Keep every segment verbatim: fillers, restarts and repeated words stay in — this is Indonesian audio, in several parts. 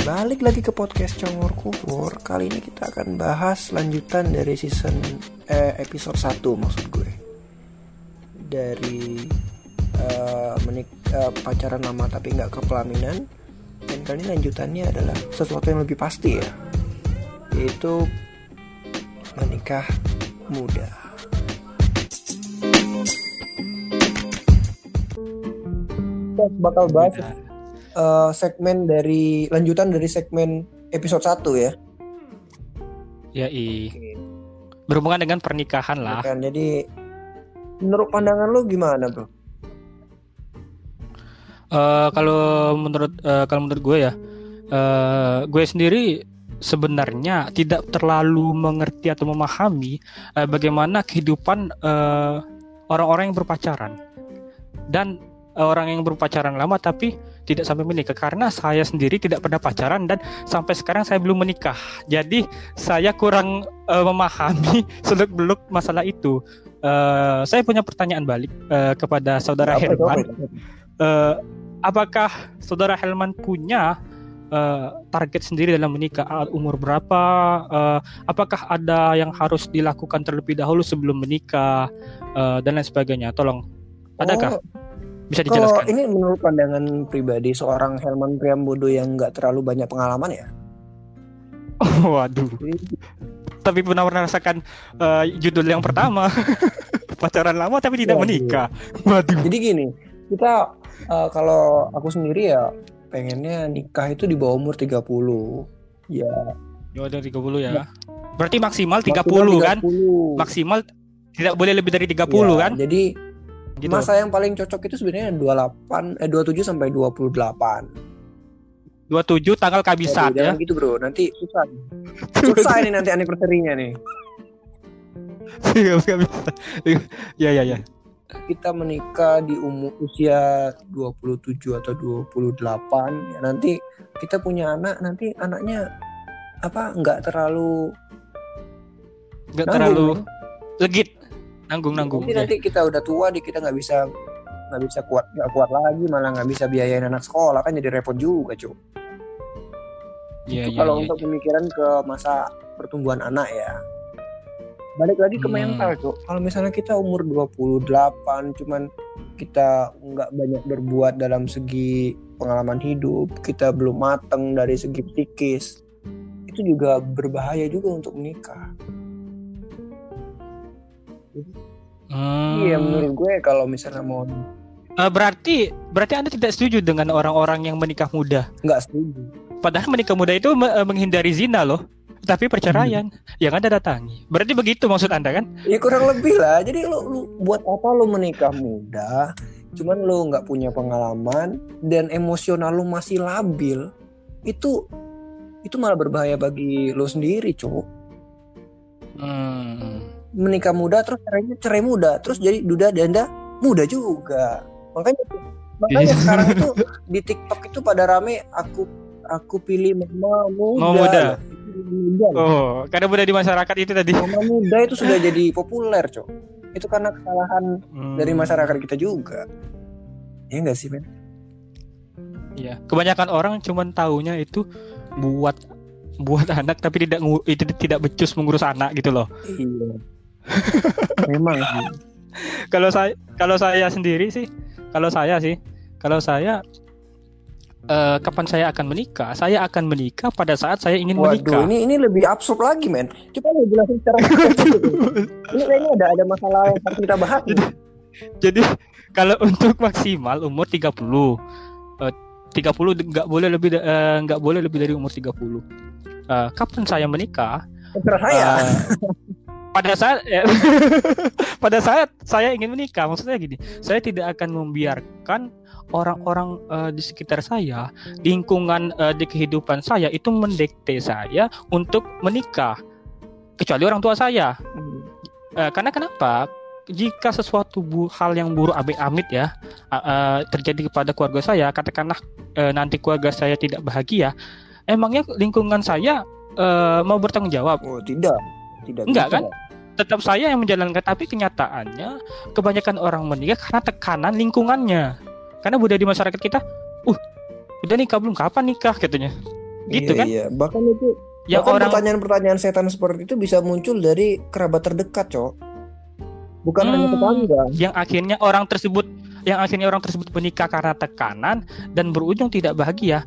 Balik lagi ke podcast Congor Kubur. Kali ini kita akan bahas lanjutan dari season eh, episode satu maksud gue. Dari uh, menik uh, pacaran lama tapi gak kepelaminan. Dan kali ini lanjutannya adalah sesuatu yang lebih pasti ya, yaitu menikah muda. Kita bakal bahas uh, segmen dari lanjutan dari segmen episode satu ya. Ya i. Berhubungan dengan pernikahan lah. Bukan, jadi menurut pandangan lu gimana, Bro? Uh, kalau menurut uh, kalau menurut gue ya, uh, gue sendiri sebenarnya tidak terlalu mengerti atau memahami uh, bagaimana kehidupan uh, orang-orang yang berpacaran dan uh, orang yang berpacaran lama tapi tidak sampai menikah, karena saya sendiri tidak pernah pacaran dan sampai sekarang saya belum menikah. Jadi saya kurang uh, memahami seluk-beluk masalah itu. Uh, saya punya pertanyaan balik uh, kepada saudara Apa Herman. itu? Uh, apakah saudara Helman punya uh, target sendiri dalam menikah? Umur berapa? Uh, apakah ada yang harus dilakukan terlebih dahulu sebelum menikah uh, dan lain sebagainya? Tolong, adakah? Oh, bisa kalau dijelaskan? ini menurut pandangan pribadi seorang Helman Priambodo yang nggak terlalu banyak pengalaman ya. Oh, waduh. Tapi pernah merasakan uh, judul yang pertama pacaran lama tapi tidak Waduh. menikah. Waduh. Jadi gini, kita uh, kalau aku sendiri ya pengennya nikah itu di bawah umur tiga puluh. Ya. Ya udah tiga puluh ya. Berarti maksimal tiga puluh kan? Maksimal tidak boleh lebih dari tiga puluh ya, kan? Jadi gitu. Masa yang paling cocok itu sebenarnya dua puluh delapan eh dua puluh tujuh sampai dua puluh delapan. dua puluh tujuh tanggal kabisat ya. Jangan gitu, Bro. Nanti susah. Susah ini nanti anniversary-nya nih. Ya ya ya. Kita menikah di umur usia dua puluh tujuh atau dua puluh delapan ya, nanti kita punya anak, nanti anaknya apa enggak terlalu enggak terlalu legit nanggung-nanggung. Nanti, ya. nanti kita udah tua di kita nggak bisa nggak bisa kuat nggak kuat lagi, malah nggak bisa biayain anak sekolah, kan jadi repot juga, Cuk. Ya, Itu ya, kalau ya, untuk ya. pemikiran ke masa pertumbuhan anak ya. Balik lagi ke Hmm. mental, Cuk. Kalau misalnya kita umur dua puluh delapan cuman kita nggak banyak berbuat dalam segi pengalaman hidup, kita belum mateng dari segi psikis, itu juga berbahaya juga untuk menikah. Hmm. Iya, menurut gue kalau misalnya mau Uh, berarti berarti Anda tidak setuju dengan orang-orang yang menikah muda. nggak setuju. Padahal menikah muda itu me- menghindari zina loh. Tapi perceraian hmm. yang Anda datangi. Berarti begitu maksud Anda kan? Ya kurang lebih lah. Jadi lu, lu buat apa lu menikah muda? Cuman lu nggak punya pengalaman dan emosional lu masih labil. Itu itu malah berbahaya bagi lu sendiri, Cuk. Hmm. Menikah muda terus cerainya cerai muda, terus jadi duda danda muda juga. Makanya makanya sekarang itu di TikTok itu pada rame aku aku pilih mama muda. Mau muda. muda. Oh, karena muda di masyarakat itu tadi. Mama muda itu sudah jadi populer, Cok. Itu karena kesalahan Hmm. dari masyarakat kita juga. Ya enggak sih, men? Iya. Kebanyakan orang cuman taunya itu buat buat anak tapi tidak ngu- itu tidak becus mengurus anak gitu loh. Iya. Memang sih. Kalau saya kalau saya sendiri sih, kalau saya sih, kalau saya uh, kapan saya akan menikah? Saya akan menikah pada saat saya ingin Waduh, menikah. ini ini lebih absurd lagi, men. Coba lu jelasin secara ini kayaknya ada ada masalah yang harus kita bahas. Jadi, jadi kalau untuk maksimal umur tiga puluh. Uh, tiga puluh enggak boleh lebih uh, enggak boleh lebih dari umur tiga puluh. Uh, kapan saya menikah? Terserah saya. Uh, pada saat ya, pada saat saya ingin menikah, maksudnya gini, saya tidak akan membiarkan orang-orang uh, di sekitar saya, lingkungan uh, di kehidupan saya itu mendikte saya untuk menikah, kecuali orang tua saya. Uh, karena kenapa? Jika sesuatu bu- hal yang buruk amit-amit ya uh, uh, terjadi kepada keluarga saya, katakanlah uh, nanti keluarga saya tidak bahagia, emangnya lingkungan saya uh, mau bertanggung jawab? Oh, tidak. Tidak. Enggak bisa. kan? Tetap saya yang menjalankan, tapi kenyataannya kebanyakan orang menikah karena tekanan lingkungannya. Karena budaya di masyarakat kita, uh, udah nikah belum, kapan nikah katanya. gitu iya, kan? Iya, bahkan itu Yang bahkan orang pertanyaan-pertanyaan setan seperti itu bisa muncul dari kerabat terdekat, Cok. Bukan hmm, hanya tetangga. yang akhirnya orang tersebut yang akhirnya orang tersebut menikah karena tekanan dan berujung tidak bahagia.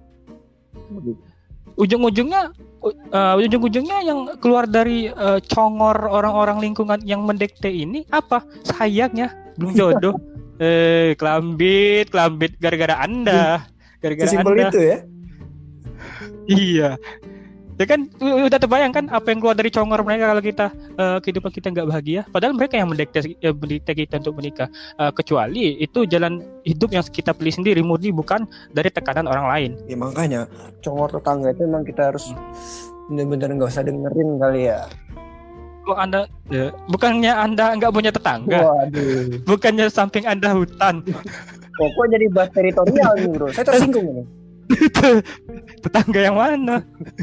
Ujung-ujungnya uh, ujung-ujungnya yang keluar dari uh, congor orang-orang lingkungan yang mendekte ini apa? Sayangnya belum jodoh. eh kelambit, kelambit gara-gara Anda. Gara-gara Sesimpel Anda. itu ya. Iya. Ya kan udah terbayang kan apa yang keluar dari congor mereka kalau kita uh, kehidupan kita nggak bahagia. Padahal mereka yang mendekte, uh, mendekte kita untuk menikah. Uh, kecuali itu jalan hidup yang kita pilih sendiri, murni bukan dari tekanan orang lain. Ya makanya congor tetangga itu memang kita harus benar-benar nggak usah dengerin kali ya. Kok Anda ya, bukannya Anda nggak punya tetangga? Waduh. Bukannya samping Anda hutan? Kok kok jadi bahas teritorial nih, Bro? Saya tersinggung ini. Tetangga yang mana?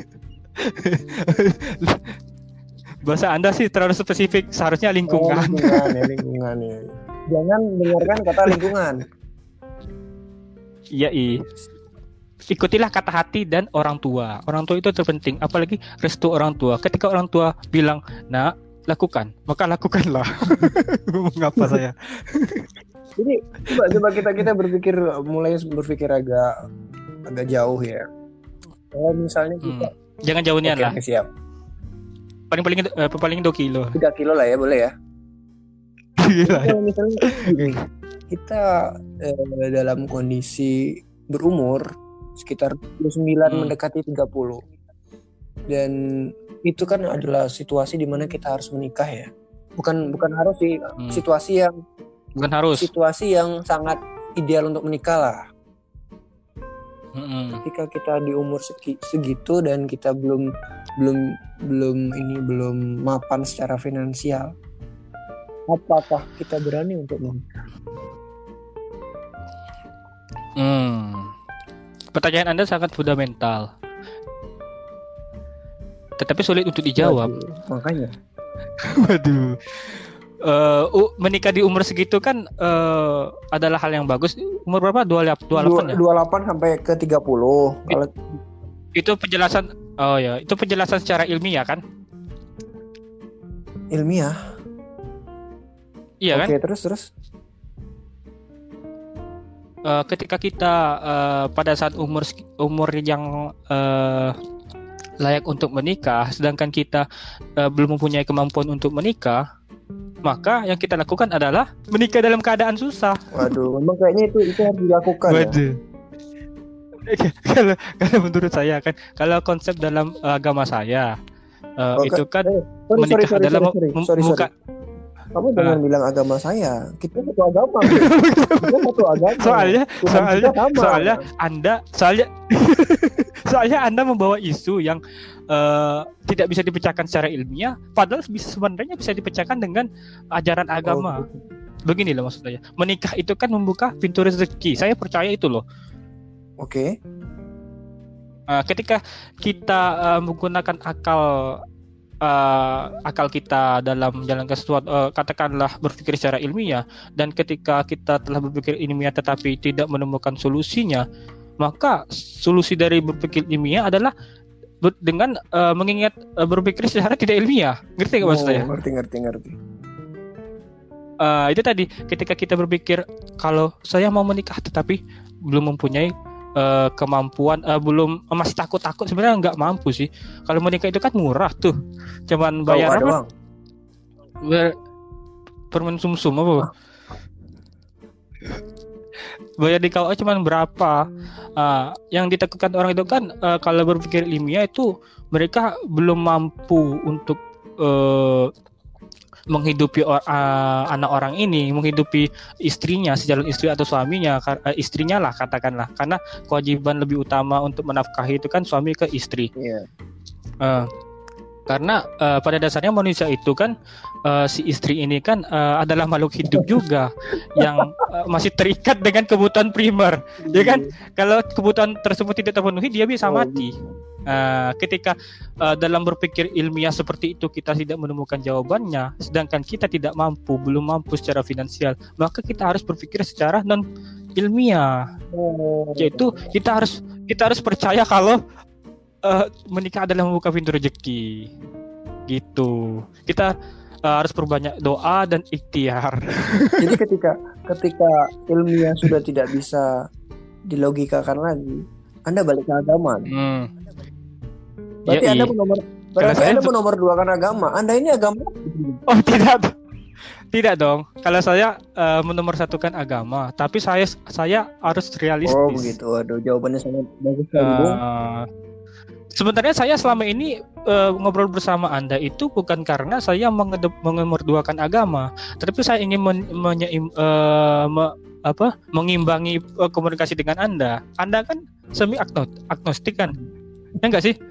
Bahasa Anda sih terlalu spesifik, seharusnya lingkungan. Oh, lingkungan ya, lingkungan ya. Jangan dengarkan kata lingkungan. Iya, i. Ikutilah kata hati dan orang tua. Orang tua itu terpenting, apalagi restu orang tua. Ketika orang tua bilang, "Nak, lakukan," maka lakukanlah. Mengapa saya? Jadi coba coba kita kita berpikir mulai berpikir agak agak jauh ya. Kalau misalnya kita Hmm. Jangan jauhnya Oke, lah. oke, siap. Paling paling eh, paling dua kilo. tiga kilo lah ya, boleh ya. Gila. Kalau misalnya kita eh, dalam kondisi berumur sekitar dua puluh sembilan Hmm. mendekati tiga puluh. Dan itu kan adalah situasi di mana kita harus menikah ya. Bukan bukan harus sih, Hmm. situasi yang Bukan harus. situasi yang sangat ideal untuk menikah lah. Mm-mm. Ketika kita di umur segi, segitu dan kita belum belum belum ini belum mapan secara finansial, apakah kita berani untuk menikah? Hmm. Pertanyaan Anda sangat fundamental, tetapi sulit untuk dijawab. Waduh, makanya. Waduh. Uh, uh, menikah di umur segitu kan uh, adalah hal yang bagus. Umur berapa? dua puluh delapan ya? dua puluh delapan sampai ke tiga puluh. Kalau Itu penjelasan. Oh ya, itu penjelasan secara ilmiah kan? ilmiah. Iya kan? Oke, terus terus. Uh, ketika kita uh, pada saat umur umur yang uh, layak untuk menikah, sedangkan kita uh, belum mempunyai kemampuan untuk menikah, maka yang kita lakukan adalah menikah dalam keadaan susah. Waduh, memang kayaknya itu itu harus dilakukan. Waduh. Ya? kalau kalau menurut saya kan, kalau konsep dalam agama saya uh, Oke. itu kan Eh, sorry, menikah sorry, sorry, adalah sorry, mem- sorry, membuka. sorry. Kamu jangan Ah. bilang agama saya. Kita satu agama. Kita satu agama. Soalnya Tuhan soalnya kita sama. soalnya Anda soalnya soalnya Anda membawa isu yang uh, tidak bisa dipecahkan secara ilmiah, padahal bisa sebenarnya bisa dipecahkan dengan ajaran agama. Oh. Begini loh maksud saya. Menikah itu kan membuka pintu rezeki. Saya percaya itu loh. Oke. Uh, ketika kita uh, menggunakan akal uh, akal kita dalam menjalankan sesuatu, uh, katakanlah berpikir secara ilmiah, dan ketika kita telah berpikir ilmiah tetapi tidak menemukan solusinya, maka solusi dari berpikir ilmiah adalah ber- dengan uh, mengingat uh, berpikir secara tidak ilmiah. Ngerti nggak maksud Oh, saya? ngerti ngerti ngerti. Uh, itu tadi ketika kita berpikir kalau saya mau menikah tetapi belum mempunyai uh, kemampuan, uh, belum uh, masih takut-takut, sebenarnya nggak mampu sih. Kalau menikah itu kan murah tuh, cuman bayar Kau ada apa? uang? Ber- permen sumsum apa? Ah. Bayar di K U A cuman berapa? Uh, yang ditakutkan orang itu kan uh, kalau berpikir ilmiah itu mereka belum mampu untuk uh, menghidupi or, uh, anak orang ini, menghidupi istrinya, sejalan istri atau suaminya, uh, istrinya lah katakanlah, karena kewajiban lebih utama untuk menafkahi itu kan suami ke istri. Iya. Uh, karena uh, pada dasarnya manusia itu kan uh, si istri ini kan uh, adalah makhluk hidup juga yang uh, masih terikat dengan kebutuhan primer, ya kan? Kalau kebutuhan tersebut tidak terpenuhi, dia bisa Oh, mati. Uh, ketika uh, dalam berpikir ilmiah seperti itu kita tidak menemukan jawabannya, sedangkan kita tidak mampu, belum mampu secara finansial, maka kita harus berpikir secara non ilmiah, Oh. yaitu kita harus kita harus percaya kalau uh, menikah adalah membuka pintu rezeki. Gitu. Kita uh, harus perbanyak doa dan ikhtiar. Jadi ketika ketika ilmiah sudah tidak bisa dilogikakan lagi, Anda balik ke agama. Hmm. Berarti Ya, Anda iya. menomor Karena berarti saya Anda be- menomor dua kan agama. Anda ini agama. Oh tidak, tidak dong. Kalau saya uh, menomorsatukan agama, tapi saya saya harus realistis. Oh begitu. Aduh, jawabannya sangat bagus sekali, Bung. Uh, sebenarnya saya selama ini uh, ngobrol bersama Anda itu bukan karena saya mengedep, mengemorduakan agama, tapi saya ingin men, menyeim, uh, me, apa, mengimbangi uh, komunikasi dengan Anda. Anda kan semi agnostik kan, ya enggak sih?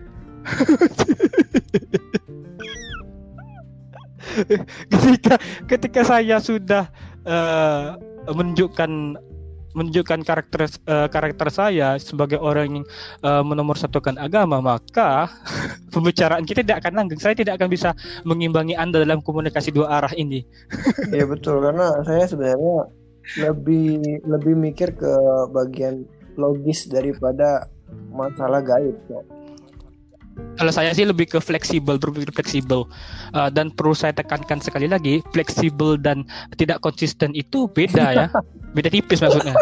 ketika ketika saya sudah uh, menunjukkan menunjukkan karakter uh, karakter saya sebagai orang yang uh, menomorsatukan agama, maka pembicaraan kita tidak akan langgeng. Saya tidak akan bisa mengimbangi Anda dalam komunikasi dua arah ini. Iya betul, karena saya sebenarnya lebih lebih mikir ke bagian logis daripada masalah gaib. So. Kalau saya sih lebih ke fleksibel, berpikir fleksibel. Uh, dan perlu saya tekankan sekali lagi, fleksibel dan tidak konsisten itu beda ya. Beda tipis maksudnya.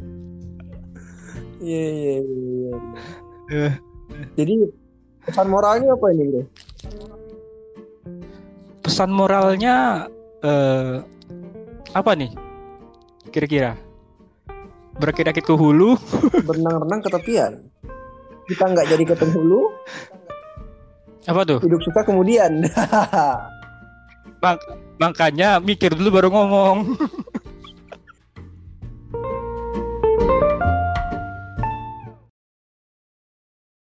Iya iya iya. Jadi pesan moralnya apa ini, Bro? Pesan moralnya uh, apa nih? Kira-kira berakit-akit ke hulu, berenang-renang ke tepian. Kita nggak jadi ke penghulu. Apa tuh? Hidup suka kemudian. Mak- makanya mikir dulu baru ngomong.